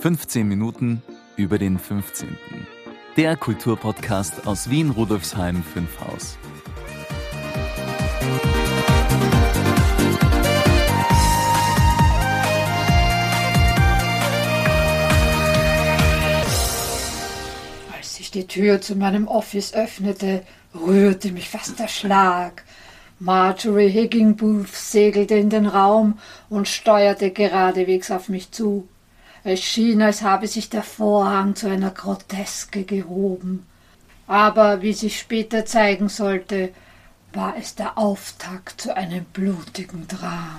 15 Minuten über den 15. Der Kulturpodcast aus Wien Rudolfsheim 5 Haus. Als ich die Tür zu meinem Office öffnete, rührte mich fast der Schlag. Marjorie Higginbooth segelte in den Raum und steuerte geradewegs auf mich zu. Es schien, als habe sich der Vorhang zu einer Groteske gehoben. Aber wie sich später zeigen sollte, war es der Auftakt zu einem blutigen Drama.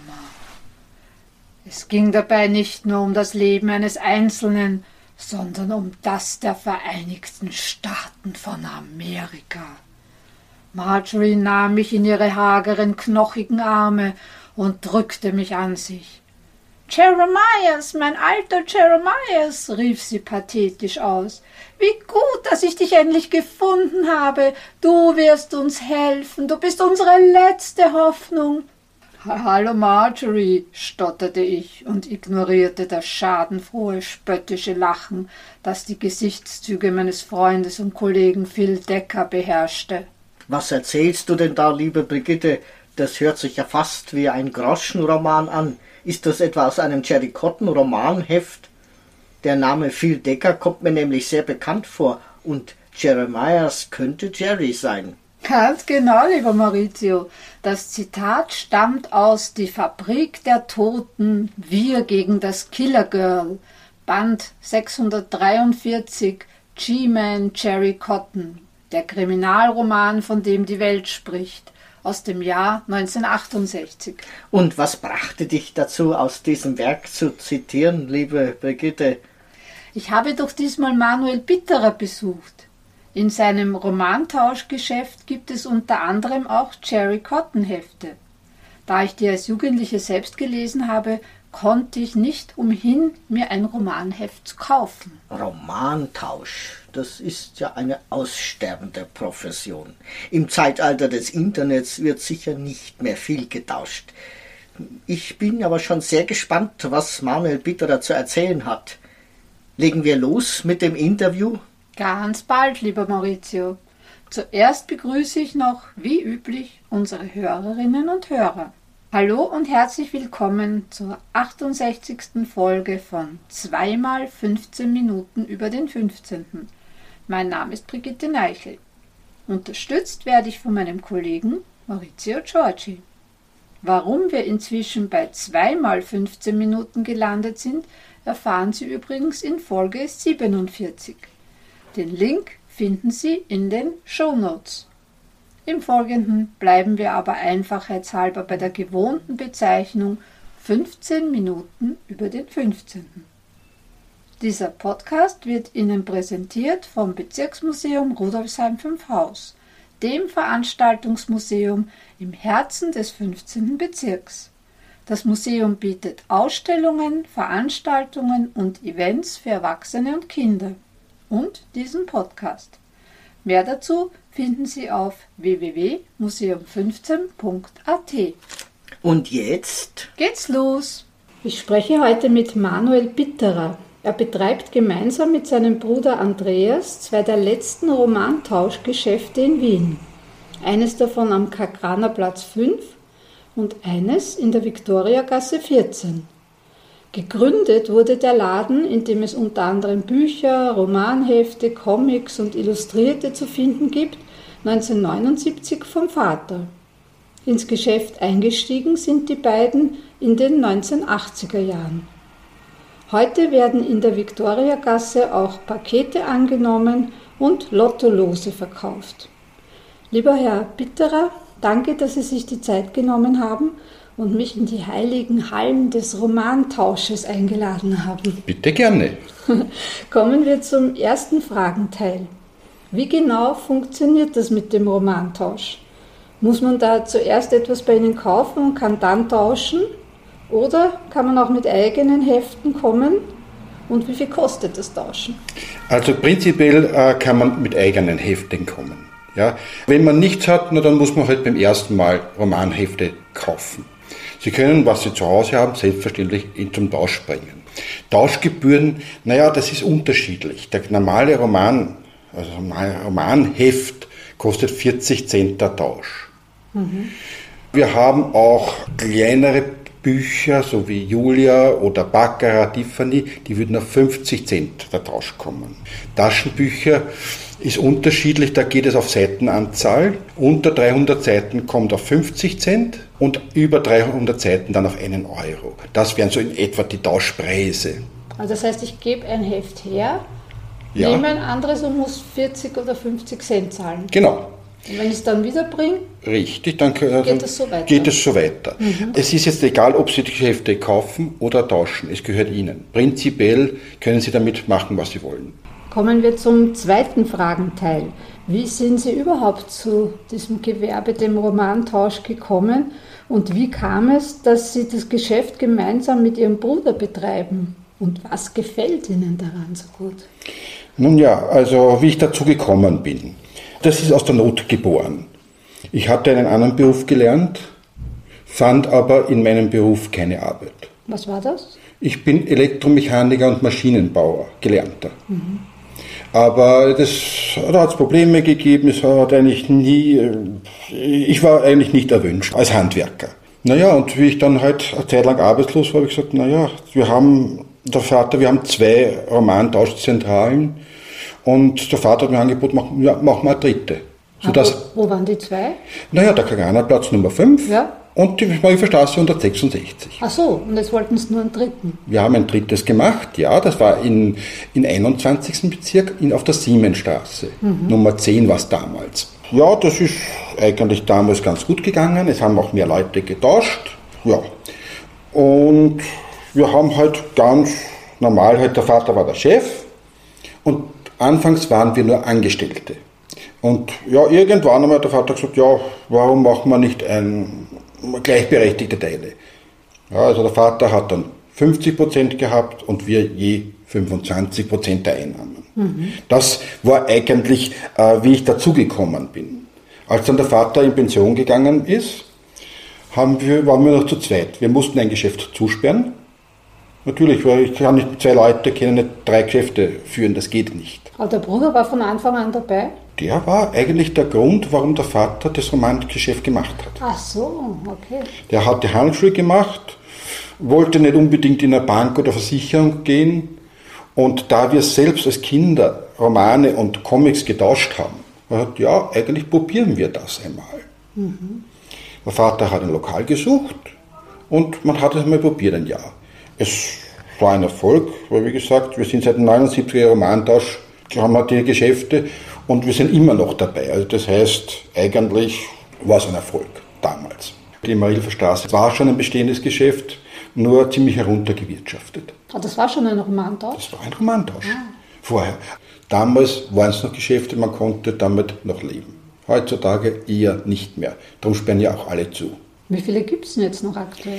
Es ging dabei nicht nur um das Leben eines Einzelnen, sondern um das der Vereinigten Staaten von Amerika. Marjorie nahm mich in ihre hageren, knochigen Arme und drückte mich an sich. »Jeremias, mein alter Jeremias«, rief sie pathetisch aus. »Wie gut, dass ich dich endlich gefunden habe. Du wirst uns helfen. Du bist unsere letzte Hoffnung.« »Hallo Marjorie«, stotterte ich und ignorierte das schadenfrohe, spöttische Lachen, das die Gesichtszüge meines Freundes und Kollegen Phil Decker beherrschte. »Was erzählst du denn da, liebe Brigitte? Das hört sich ja fast wie ein Groschenroman an. Ist das etwa aus einem Jerry Cotton Romanheft? Der Name Phil Decker kommt mir nämlich sehr bekannt vor und Jeremias könnte Jerry sein.« Ganz genau, lieber Maurizio. Das Zitat stammt aus Die Fabrik der Toten, Wir gegen das Killer Girl, Band 643, G-Man Jerry Cotton, der Kriminalroman, von dem die Welt spricht, aus dem Jahr 1968. Und was brachte dich dazu, aus diesem Werk zu zitieren, liebe Brigitte? Ich habe doch diesmal Manuel Bitterer besucht. In seinem Romantauschgeschäft gibt es unter anderem auch Jerry Cotton Hefte. Da ich die als Jugendliche selbst gelesen habe, konnte ich nicht umhin, mir ein Romanheft zu kaufen. Romantausch, das ist ja eine aussterbende Profession. Im Zeitalter des Internets wird sicher nicht mehr viel getauscht. Ich bin aber schon sehr gespannt, was Manuel Bitterer zu erzählen hat. Legen wir los mit dem Interview? Ganz bald, lieber Maurizio. Zuerst begrüße ich noch, wie üblich, unsere Hörerinnen und Hörer. Hallo und herzlich willkommen zur 68. Folge von 2x15 Minuten über den 15. Mein Name ist Brigitte Neichel. Unterstützt werde ich von meinem Kollegen Maurizio Giorgi. Warum wir inzwischen bei 2x15 Minuten gelandet sind, erfahren Sie übrigens in Folge 47. Den Link finden Sie in den Shownotes. Im Folgenden bleiben wir aber einfachheitshalber bei der gewohnten Bezeichnung 15 Minuten über den 15. Dieser Podcast wird Ihnen präsentiert vom Bezirksmuseum Rudolfsheim 5 Haus, dem Veranstaltungsmuseum im Herzen des 15. Bezirks. Das Museum bietet Ausstellungen, Veranstaltungen und Events für Erwachsene und Kinder und diesen Podcast. Mehr dazu finden Sie auf www.museum15.at. Und jetzt geht's los. Ich spreche heute mit Manuel Bitterer. Er betreibt gemeinsam mit seinem Bruder Andreas zwei der letzten Romantauschgeschäfte in Wien. Eines davon am Kakranerplatz 5 und eines in der Viktoriagasse 14. Gegründet wurde der Laden, in dem es unter anderem Bücher, Romanhefte, Comics und Illustrierte zu finden gibt, 1979 vom Vater. Ins Geschäft eingestiegen sind die beiden in den 1980er Jahren. Heute werden in der Viktoriagasse auch Pakete angenommen und Lottolose verkauft. Lieber Herr Bitterer, danke, dass Sie sich die Zeit genommen haben und mich in die heiligen Hallen des Romantausches eingeladen haben. Bitte gerne. Kommen wir zum ersten Fragenteil. Wie genau funktioniert das mit dem Romantausch? Muss man da zuerst etwas bei Ihnen kaufen und kann dann tauschen? Oder kann man auch mit eigenen Heften kommen? Und wie viel kostet das Tauschen? Also prinzipiell kann man mit eigenen Heften kommen. Ja? Wenn man nichts hat, dann muss man halt beim ersten Mal Romanhefte kaufen. Sie können, was Sie zu Hause haben, selbstverständlich zum Tausch bringen. Tauschgebühren, das ist unterschiedlich. Der normale Roman, also ein Romanheft, kostet 40 Cent der Tausch. Wir haben auch kleinere Bücher, so wie Julia oder Baccarat, Tiffany, die würden auf 50 Cent der Tausch kommen. Taschenbücher ist unterschiedlich, da geht es auf Seitenanzahl. Unter 300 Seiten kommt auf 50 Cent und über 300 Seiten dann auf 1 Euro. Das wären so in etwa die Tauschpreise. Also das heißt, ich gebe ein Heft her, nehme ein anderes und muss 40 oder 50 Cent zahlen. Genau. Und wenn ich es dann wieder bringe, richtig, dann geht es so weiter. Geht es so weiter. Es ist jetzt egal, ob Sie die Geschäfte kaufen oder tauschen, es gehört Ihnen. Prinzipiell können Sie damit machen, was Sie wollen. Kommen wir zum zweiten Fragenteil. Wie sind Sie überhaupt zu diesem Gewerbe, dem Romantausch, gekommen? Und wie kam es, dass Sie das Geschäft gemeinsam mit Ihrem Bruder betreiben? Und was gefällt Ihnen daran so gut? Nun ja, also wie ich dazu gekommen bin. Das ist aus der Not geboren. Ich hatte einen anderen Beruf gelernt, fand aber in meinem Beruf keine Arbeit. Was war das? Ich bin Elektromechaniker und Maschinenbauer, Gelernter. Aber da hat es Probleme gegeben, ich war eigentlich nicht erwünscht als Handwerker. Und wie ich dann halt eine Zeit lang arbeitslos war, habe ich gesagt, wir haben 2 Romantauschzentralen und der Vater hat mir angeboten, mach mal eine dritte. Wo waren die 2? Der Kaganerplatz Nummer 5 und die Marienstraße 166. Ach so, und jetzt wollten Sie nur einen dritten? Wir haben ein drittes gemacht, das war im 21. Bezirk auf der Siemensstraße. Nummer 10 war es damals. Ja, das ist eigentlich damals ganz gut gegangen, es haben auch mehr Leute getauscht. Ja. Und wir haben halt ganz normal, der Vater war der Chef und anfangs waren wir nur Angestellte. Und irgendwann einmal hat der Vater gesagt, warum machen wir nicht gleichberechtigte Teile? Also der Vater hat dann 50% gehabt und wir je 25% der Einnahmen. Das war eigentlich, wie ich dazugekommen bin. Als dann der Vater in Pension gegangen ist, waren wir noch zu zweit. Wir mussten ein Geschäft zusperren. Natürlich, weil ich kann nicht 2 Leute, können nicht 3 Geschäfte führen, das geht nicht. Aber der Bruder war von Anfang an dabei? Der war eigentlich der Grund, warum der Vater das Romangeschäft gemacht hat. Ach so, okay. Der hat die Handelsschule gemacht, wollte nicht unbedingt in eine Bank oder Versicherung gehen. Und da wir selbst als Kinder Romane und Comics getauscht haben, hat eigentlich probieren wir das einmal. Der Vater hat ein Lokal gesucht und man hat es mal probiert, ein Jahr. Es war ein Erfolg, weil wie gesagt, wir sind seit dem 79er Romantausch, haben wir die Geschäfte und wir sind immer noch dabei. Also das heißt, eigentlich war es ein Erfolg damals. Die Marilfer Straße war schon ein bestehendes Geschäft, nur ziemlich heruntergewirtschaftet. Das war schon ein Romantausch? Das war ein Romantausch. Vorher. Damals waren es noch Geschäfte, man konnte damit noch leben. Heutzutage eher nicht mehr. Darum sperren ja auch alle zu. Wie viele gibt es denn jetzt noch aktuell?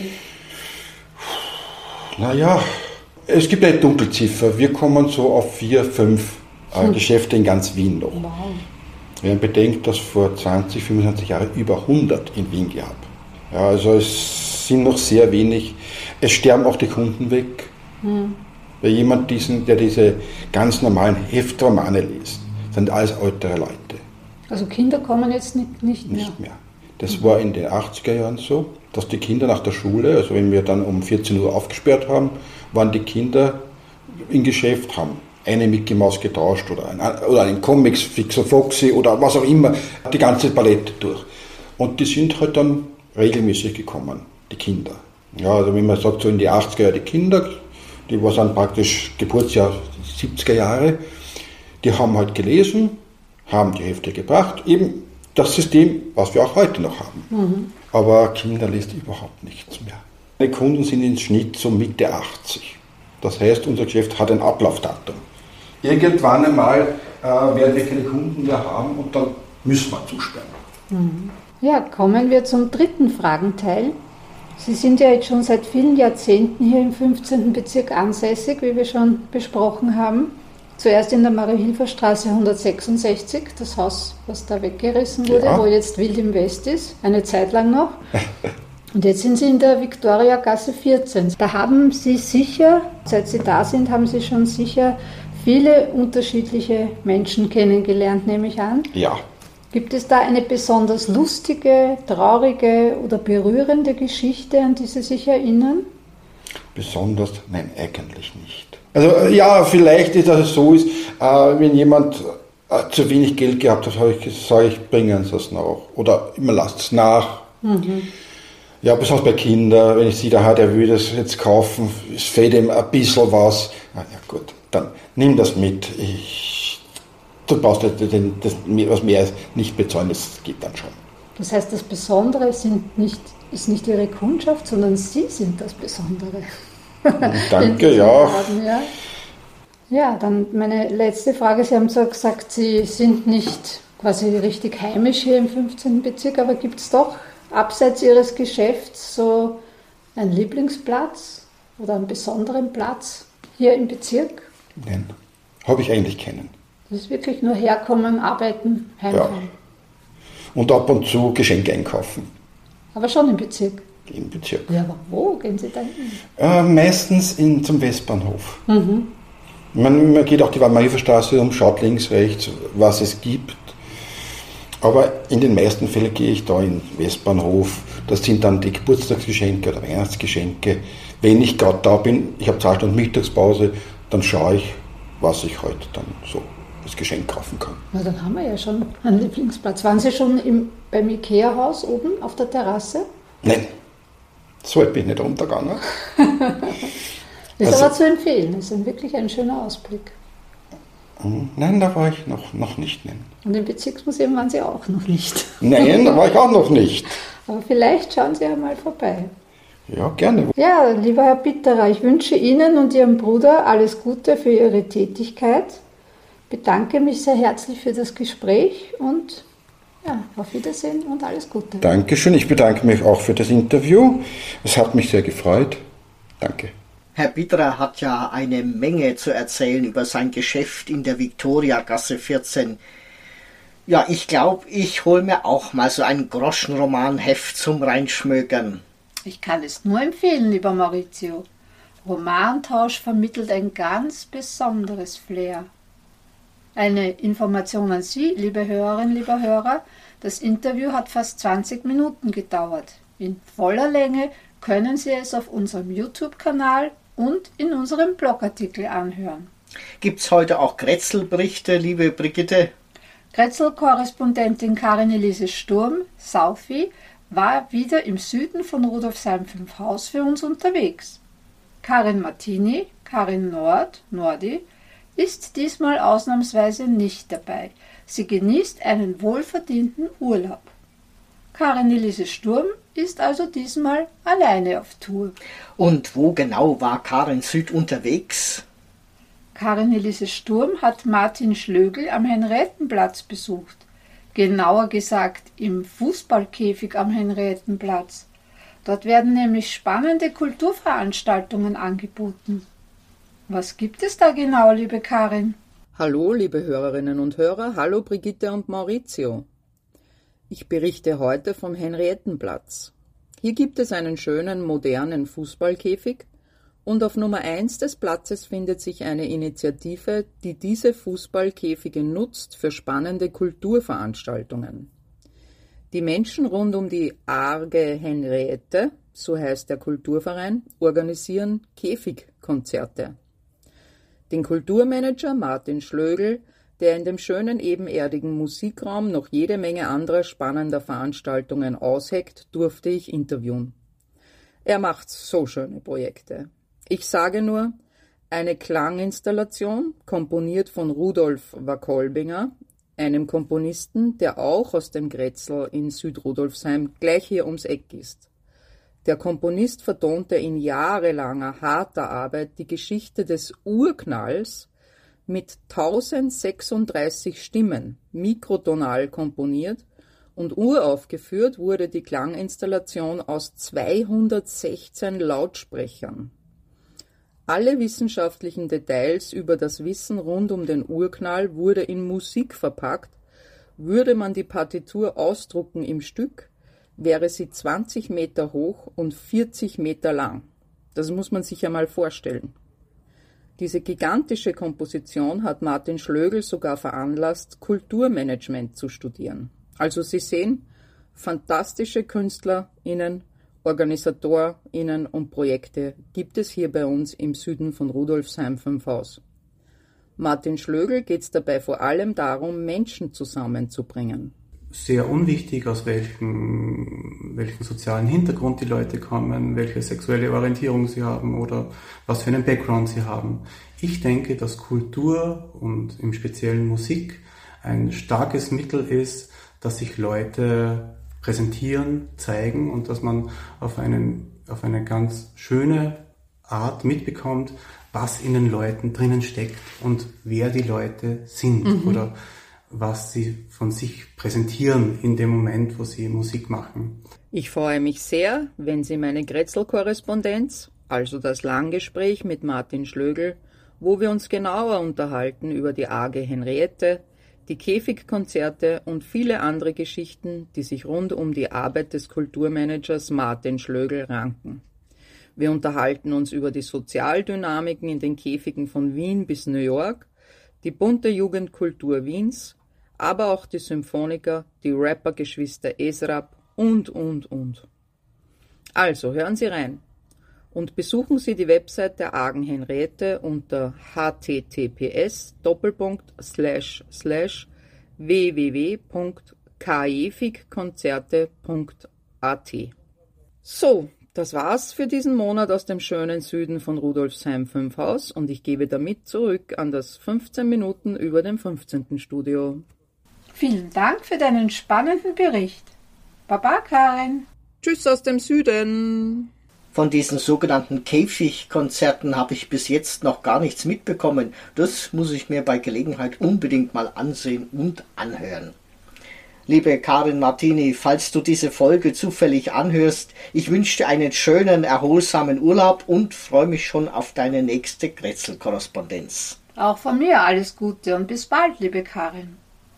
Es gibt eine Dunkelziffer. Wir kommen so auf 4, 5 Geschäfte in ganz Wien noch. Wow. Wenn man bedenkt, dass vor 20, 25 Jahren über 100 in Wien gab. Also es sind noch sehr wenig. Es sterben auch die Kunden weg. Weil jemand, der diese ganz normalen Heftromane liest, sind alles ältere Leute. Also Kinder kommen jetzt nicht mehr? Nicht mehr. Das war in den 80er Jahren so, dass die Kinder nach der Schule, also wenn wir dann um 14 Uhr aufgesperrt haben, waren die Kinder im Geschäft, haben eine Mickey Maus getauscht oder einen Comics, Fixer Foxy oder was auch immer, die ganze Palette durch. Und die sind halt dann regelmäßig gekommen, die Kinder. Also wenn man sagt, so in die 80er Jahre die Kinder, die waren praktisch Geburtsjahr 70er Jahre, die haben halt gelesen, haben die Hefte gebracht, eben das System, was wir auch heute noch haben. Aber Kinder liest überhaupt nichts mehr. Die Kunden sind im Schnitt so Mitte 80. Das heißt, unser Geschäft hat ein Ablaufdatum. Irgendwann einmal werden wir keine Kunden mehr haben und dann müssen wir zusperren. Ja, kommen wir zum dritten Fragenteil. Sie sind ja jetzt schon seit vielen Jahrzehnten hier im 15. Bezirk ansässig, wie wir schon besprochen haben. Zuerst in der Marie-Hilfer Straße 166, das Haus, was da weggerissen wurde, wo jetzt Wild im West ist, eine Zeit lang noch. Und jetzt sind Sie in der Viktoriagasse 14. Da haben Sie sicher, seit Sie da sind, haben Sie schon sicher viele unterschiedliche Menschen kennengelernt, nehme ich an. Ja. Gibt es da eine besonders lustige, traurige oder berührende Geschichte, an die Sie sich erinnern? Besonders? Nein, eigentlich nicht. Also ja, vielleicht ist, dass es so ist, wenn jemand zu wenig Geld gehabt hat, sage ich, bringen Sie es nach. Oder immer lasst es nach. Ja, besonders bei Kindern, wenn ich sehe, der will das jetzt kaufen, es fehlt ihm ein bisschen was. Ja gut, dann nimm das mit. Du brauchst was mehr nicht bezahlen, das geht dann schon. Das heißt, das Besondere ist nicht Ihre Kundschaft, sondern Sie sind das Besondere. Danke, ja. Ja, dann meine letzte Frage. Sie haben zwar gesagt, Sie sind nicht quasi richtig heimisch hier im 15. Bezirk, aber gibt es doch abseits Ihres Geschäfts so einen Lieblingsplatz oder einen besonderen Platz hier im Bezirk? Nein, habe ich eigentlich keinen. Das ist wirklich nur herkommen, arbeiten, heimfahren. Ja. Und ab und zu Geschenke einkaufen. Aber schon im Bezirk? Im Bezirk. Ja, aber wo gehen Sie da hin? Meistens zum Westbahnhof. Man geht auch die Waldmar-Hilfer-Straße um, schaut links, rechts, was es gibt. Aber in den meisten Fällen gehe ich da in den Westbahnhof. Das sind dann die Geburtstagsgeschenke oder Weihnachtsgeschenke. Wenn ich gerade da bin, ich habe 2 Stunden Mittagspause, dann schaue ich, was ich heute dann so als Geschenk kaufen kann. Na, dann haben wir ja schon einen Lieblingsplatz. Waren Sie schon beim Ikea-Haus oben auf der Terrasse? Nein, so weit bin ich nicht runtergegangen. Ist aber zu empfehlen. Das ist wirklich ein schöner Ausblick. Nein, da war ich noch nicht. Nein. Und im Bezirksmuseum waren Sie auch noch nicht. Nein, da war ich auch noch nicht. Aber vielleicht schauen Sie einmal vorbei. Ja, gerne. Ja, lieber Herr Bitterer, ich wünsche Ihnen und Ihrem Bruder alles Gute für Ihre Tätigkeit. Bedanke mich sehr herzlich für das Gespräch und ja, auf Wiedersehen und alles Gute. Dankeschön, ich bedanke mich auch für das Interview. Es hat mich sehr gefreut. Danke. Herr Bitterer hat ja eine Menge zu erzählen über sein Geschäft in der Viktoriagasse 14. Ja, ich glaube, ich hole mir auch mal so ein Groschenromanheft zum Reinschmökern. Ich kann es nur empfehlen, lieber Maurizio. Romantausch vermittelt ein ganz besonderes Flair. Eine Information an Sie, liebe Hörerinnen, lieber Hörer. Das Interview hat fast 20 Minuten gedauert. In voller Länge können Sie es auf unserem YouTube-Kanal und in unserem Blogartikel anhören. Gibt's heute auch Grätzl-Berichte, liebe Brigitte? Grätzl-Korrespondentin Karin Elise Sturm, Southie, war wieder im Süden von Rudolfsheim 5 Haus für uns unterwegs. Karin Martini, Karin Nordi, ist diesmal ausnahmsweise nicht dabei. Sie genießt einen wohlverdienten Urlaub. Karin Elise Sturm ist also diesmal alleine auf Tour. Und wo genau war Karin Süd unterwegs? Karin Elise Sturm hat Martin Schlögl am Henriettenplatz besucht. Genauer gesagt im Fußballkäfig am Henriettenplatz. Dort werden nämlich spannende Kulturveranstaltungen angeboten. Was gibt es da genau, liebe Karin? Hallo, liebe Hörerinnen und Hörer, hallo Brigitte und Maurizio. Ich berichte heute vom Henriettenplatz. Hier gibt es einen schönen, modernen Fußballkäfig und auf Nummer 1 des Platzes findet sich eine Initiative, die diese Fußballkäfige nutzt für spannende Kulturveranstaltungen. Die Menschen rund um die Arge Henriette, so heißt der Kulturverein, organisieren Käfigkonzerte. Den Kulturmanager Martin Schlögl, der in dem schönen ebenerdigen Musikraum noch jede Menge anderer spannender Veranstaltungen ausheckt, durfte ich interviewen. Er macht so schöne Projekte. Ich sage nur, eine Klanginstallation, komponiert von Rudolf Wackolbinger, einem Komponisten, der auch aus dem Grätzl in Südrudolfsheim gleich hier ums Eck ist. Der Komponist vertonte in jahrelanger, harter Arbeit die Geschichte des Urknalls mit 1036 Stimmen, mikrotonal komponiert, und uraufgeführt wurde die Klanginstallation aus 216 Lautsprechern. Alle wissenschaftlichen Details über das Wissen rund um den Urknall wurde in Musik verpackt. Würde man die Partitur ausdrucken im Stück, wäre sie 20 Meter hoch und 40 Meter lang. Das muss man sich einmal vorstellen. Diese gigantische Komposition hat Martin Schlögl sogar veranlasst, Kulturmanagement zu studieren. Also Sie sehen, fantastische KünstlerInnen, OrganisatorInnen und Projekte gibt es hier bei uns im Süden von Rudolfsheim 5 Haus. Martin Schlögl geht es dabei vor allem darum, Menschen zusammenzubringen. Sehr unwichtig, aus welchem sozialen Hintergrund die Leute kommen, welche sexuelle Orientierung sie haben oder was für einen Background sie haben. Ich denke, dass Kultur und im Speziellen Musik ein starkes Mittel ist, dass sich Leute präsentieren, zeigen und dass man auf eine ganz schöne Art mitbekommt, was in den Leuten drinnen steckt und wer die Leute sind oder was sie von sich präsentieren in dem Moment, wo sie Musik machen. Ich freue mich sehr, wenn Sie meine Grätzl-Korrespondenz, also das Langgespräch mit Martin Schlögl, wo wir uns genauer unterhalten über die AG Henriette, die Käfigkonzerte und viele andere Geschichten, die sich rund um die Arbeit des Kulturmanagers Martin Schlögl ranken. Wir unterhalten uns über die Sozialdynamiken in den Käfigen von Wien bis New York, die bunte Jugendkultur Wiens, aber auch die Symphoniker, die Rappergeschwister Esrap und. Also hören Sie rein und besuchen Sie die Website der AG Henriette unter https://www.kefigkonzerte.at. So, das war's für diesen Monat aus dem schönen Süden von Rudolfsheim 5 Haus und ich gebe damit zurück an das 15 Minuten über dem 15. Studio. Vielen Dank für deinen spannenden Bericht. Baba Karin. Tschüss aus dem Süden. Von diesen sogenannten Käfigkonzerten habe ich bis jetzt noch gar nichts mitbekommen. Das muss ich mir bei Gelegenheit unbedingt mal ansehen und anhören. Liebe Karin Martini, falls du diese Folge zufällig anhörst, ich wünsche dir einen schönen, erholsamen Urlaub und freue mich schon auf deine nächste Grätzl-Korrespondenz. Auch von mir alles Gute und bis bald, liebe Karin.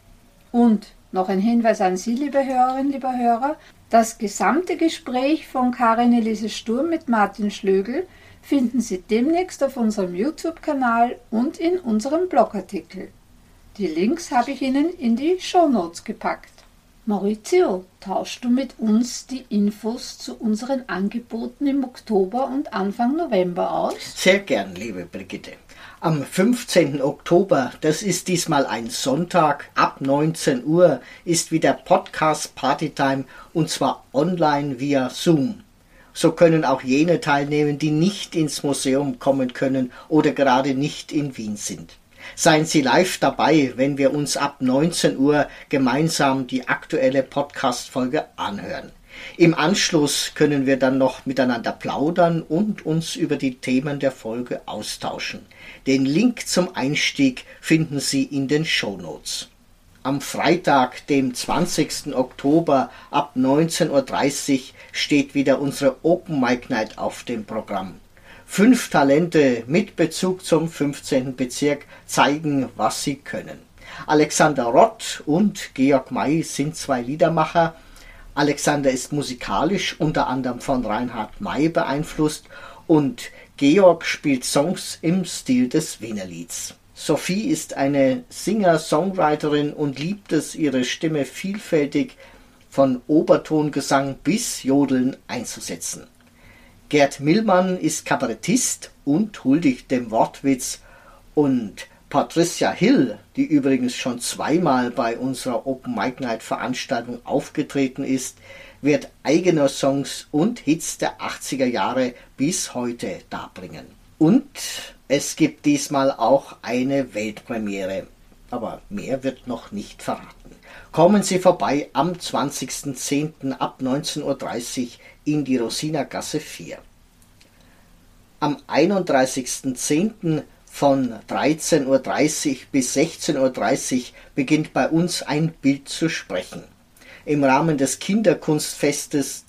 Und noch ein Hinweis an Sie, liebe Hörerinnen, lieber Hörer. Das gesamte Gespräch von Karin Elise Sturm mit Martin Schlögl finden Sie demnächst auf unserem YouTube-Kanal und in unserem Blogartikel. Die Links habe ich Ihnen in die Shownotes gepackt. Maurizio, tauschst du mit uns die Infos zu unseren Angeboten im Oktober und Anfang November aus? Sehr gern, liebe Brigitte. Am 15. Oktober, das ist diesmal ein Sonntag, ab 19 Uhr ist wieder Podcast Partytime und zwar online via Zoom. So können auch jene teilnehmen, die nicht ins Museum kommen können oder gerade nicht in Wien sind. Seien Sie live dabei, wenn wir uns ab 19 Uhr gemeinsam die aktuelle Podcast-Folge anhören. Im Anschluss können wir dann noch miteinander plaudern und uns über die Themen der Folge austauschen. Den Link zum Einstieg finden Sie in den Shownotes. Am Freitag, dem 20. Oktober ab 19:30 Uhr steht wieder unsere Open Mic Night auf dem Programm. 5 Talente mit Bezug zum 15. Bezirk zeigen, was sie können. Alexander Rott und Georg May sind 2 Liedermacher. Alexander ist musikalisch unter anderem von Reinhard May beeinflusst und Georg spielt Songs im Stil des Wienerlieds. Sophie ist eine Singer-Songwriterin und liebt es, ihre Stimme vielfältig von Obertongesang bis Jodeln einzusetzen. Gerd Millmann ist Kabarettist und huldigt dem Wortwitz und Patricia Hill, die übrigens schon 2-mal bei unserer Open Mic Night Veranstaltung aufgetreten ist, wird eigene Songs und Hits der 80er Jahre bis heute darbringen. Und es gibt diesmal auch eine Weltpremiere, aber mehr wird noch nicht verraten. Kommen Sie vorbei am 20.10. ab 19:30 Uhr in die Rosinergasse 4. Am 31.10. von 13:30 Uhr bis 16:30 Uhr beginnt bei uns ein Bild zu sprechen. Im Rahmen des Kinderkunstfestes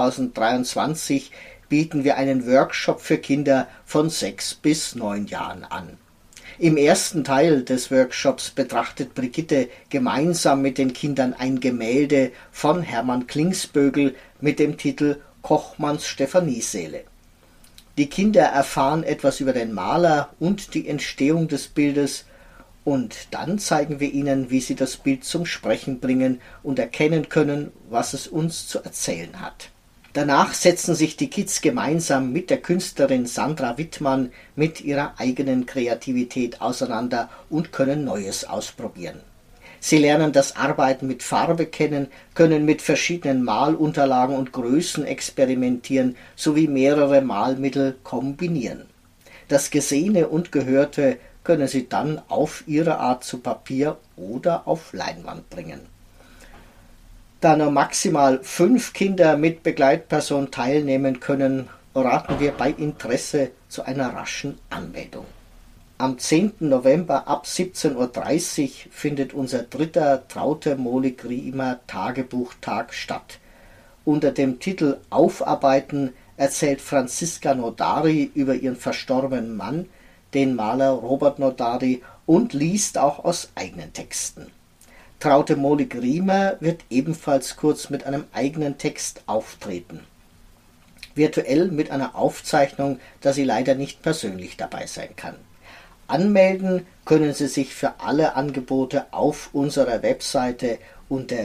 2023 bieten wir einen Workshop für Kinder von 6 bis 9 Jahren an. Im ersten Teil des Workshops betrachtet Brigitte gemeinsam mit den Kindern ein Gemälde von Hermann Klingsbögel mit dem Titel Kochmanns Stephanieseele. Die Kinder erfahren etwas über den Maler und die Entstehung des Bildes, und dann zeigen wir ihnen, wie sie das Bild zum Sprechen bringen und erkennen können, was es uns zu erzählen hat. Danach setzen sich die Kids gemeinsam mit der Künstlerin Sandra Wittmann mit ihrer eigenen Kreativität auseinander und können Neues ausprobieren. Sie lernen das Arbeiten mit Farbe kennen, können mit verschiedenen Malunterlagen und Größen experimentieren sowie mehrere Malmittel kombinieren. Das Gesehene und Gehörte können sie dann auf ihre Art zu Papier oder auf Leinwand bringen. Da nur maximal 5 Kinder mit Begleitperson teilnehmen können, raten wir bei Interesse zu einer raschen Anmeldung. Am 10. November ab 17:30 Uhr findet unser 3. Traute-Mohlig-Riemer Tagebuchtag statt. Unter dem Titel Aufarbeiten erzählt Franziska Nodari über ihren verstorbenen Mann, den Maler Robert Nodari, und liest auch aus eigenen Texten. Traute Mohlig-Riemer wird ebenfalls kurz mit einem eigenen Text auftreten. Virtuell mit einer Aufzeichnung, da sie leider nicht persönlich dabei sein kann. Anmelden können Sie sich für alle Angebote auf unserer Webseite unter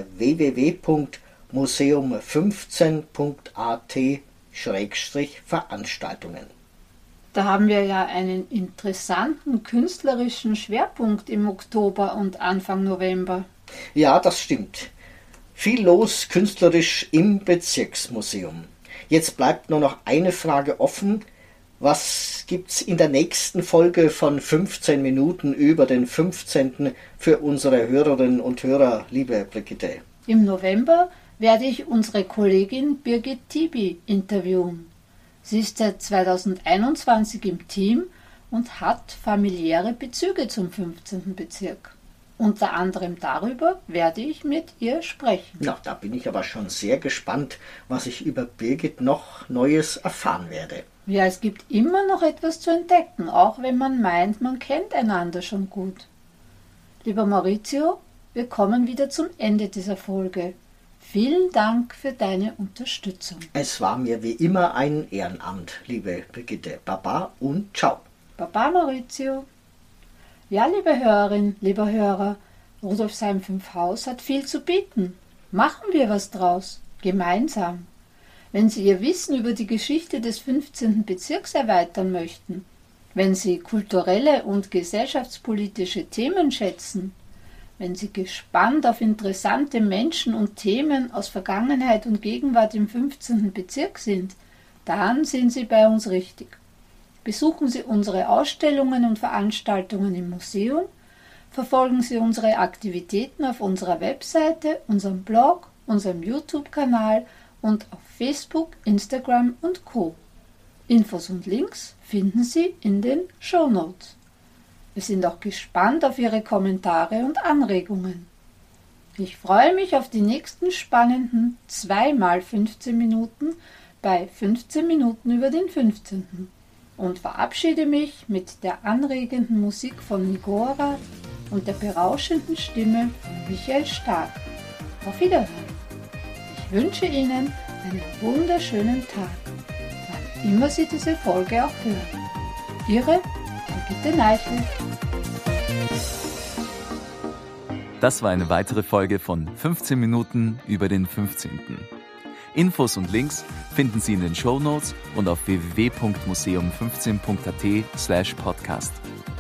www.museum15.at/Veranstaltungen. Da haben wir ja einen interessanten künstlerischen Schwerpunkt im Oktober und Anfang November. Ja, das stimmt. Viel los künstlerisch im Bezirksmuseum. Jetzt bleibt nur noch eine Frage offen. Was gibt's in der nächsten Folge von 15 Minuten über den 15. für unsere Hörerinnen und Hörer, liebe Brigitte? Im November werde ich unsere Kollegin Birgit Tibi interviewen. Sie ist seit 2021 im Team und hat familiäre Bezüge zum 15. Bezirk. Unter anderem darüber werde ich mit ihr sprechen. Na, da bin ich aber schon sehr gespannt, was ich über Birgit noch Neues erfahren werde. Ja, es gibt immer noch etwas zu entdecken, auch wenn man meint, man kennt einander schon gut. Lieber Maurizio, wir kommen wieder zum Ende dieser Folge. Vielen Dank für deine Unterstützung. Es war mir wie immer ein Ehrenamt, liebe Brigitte. Baba und ciao. Baba, Maurizio. Ja, liebe Hörerin, lieber Hörer, Rudolfsheim 5 Haus hat viel zu bieten. Machen wir was draus, gemeinsam. Wenn Sie Ihr Wissen über die Geschichte des 15. Bezirks erweitern möchten, wenn Sie kulturelle und gesellschaftspolitische Themen schätzen, wenn Sie gespannt auf interessante Menschen und Themen aus Vergangenheit und Gegenwart im 15. Bezirk sind, dann sind Sie bei uns richtig. Besuchen Sie unsere Ausstellungen und Veranstaltungen im Museum, verfolgen Sie unsere Aktivitäten auf unserer Webseite, unserem Blog, unserem YouTube-Kanal und auf Facebook, Instagram und Co. Infos und Links finden Sie in den Shownotes. Wir sind auch gespannt auf Ihre Kommentare und Anregungen. Ich freue mich auf die nächsten spannenden 2x15 Minuten bei 15 Minuten über den 15. und verabschiede mich mit der anregenden Musik von Nigora und der berauschenden Stimme von Michael Stark. Auf Wiederhören. Ich wünsche Ihnen einen wunderschönen Tag, wann immer Sie diese Folge auch hören. Ihre Brigitte Neichel. Das war eine weitere Folge von 15 Minuten über den 15. Infos und Links finden Sie in den Shownotes und auf www.museum15.at/podcast.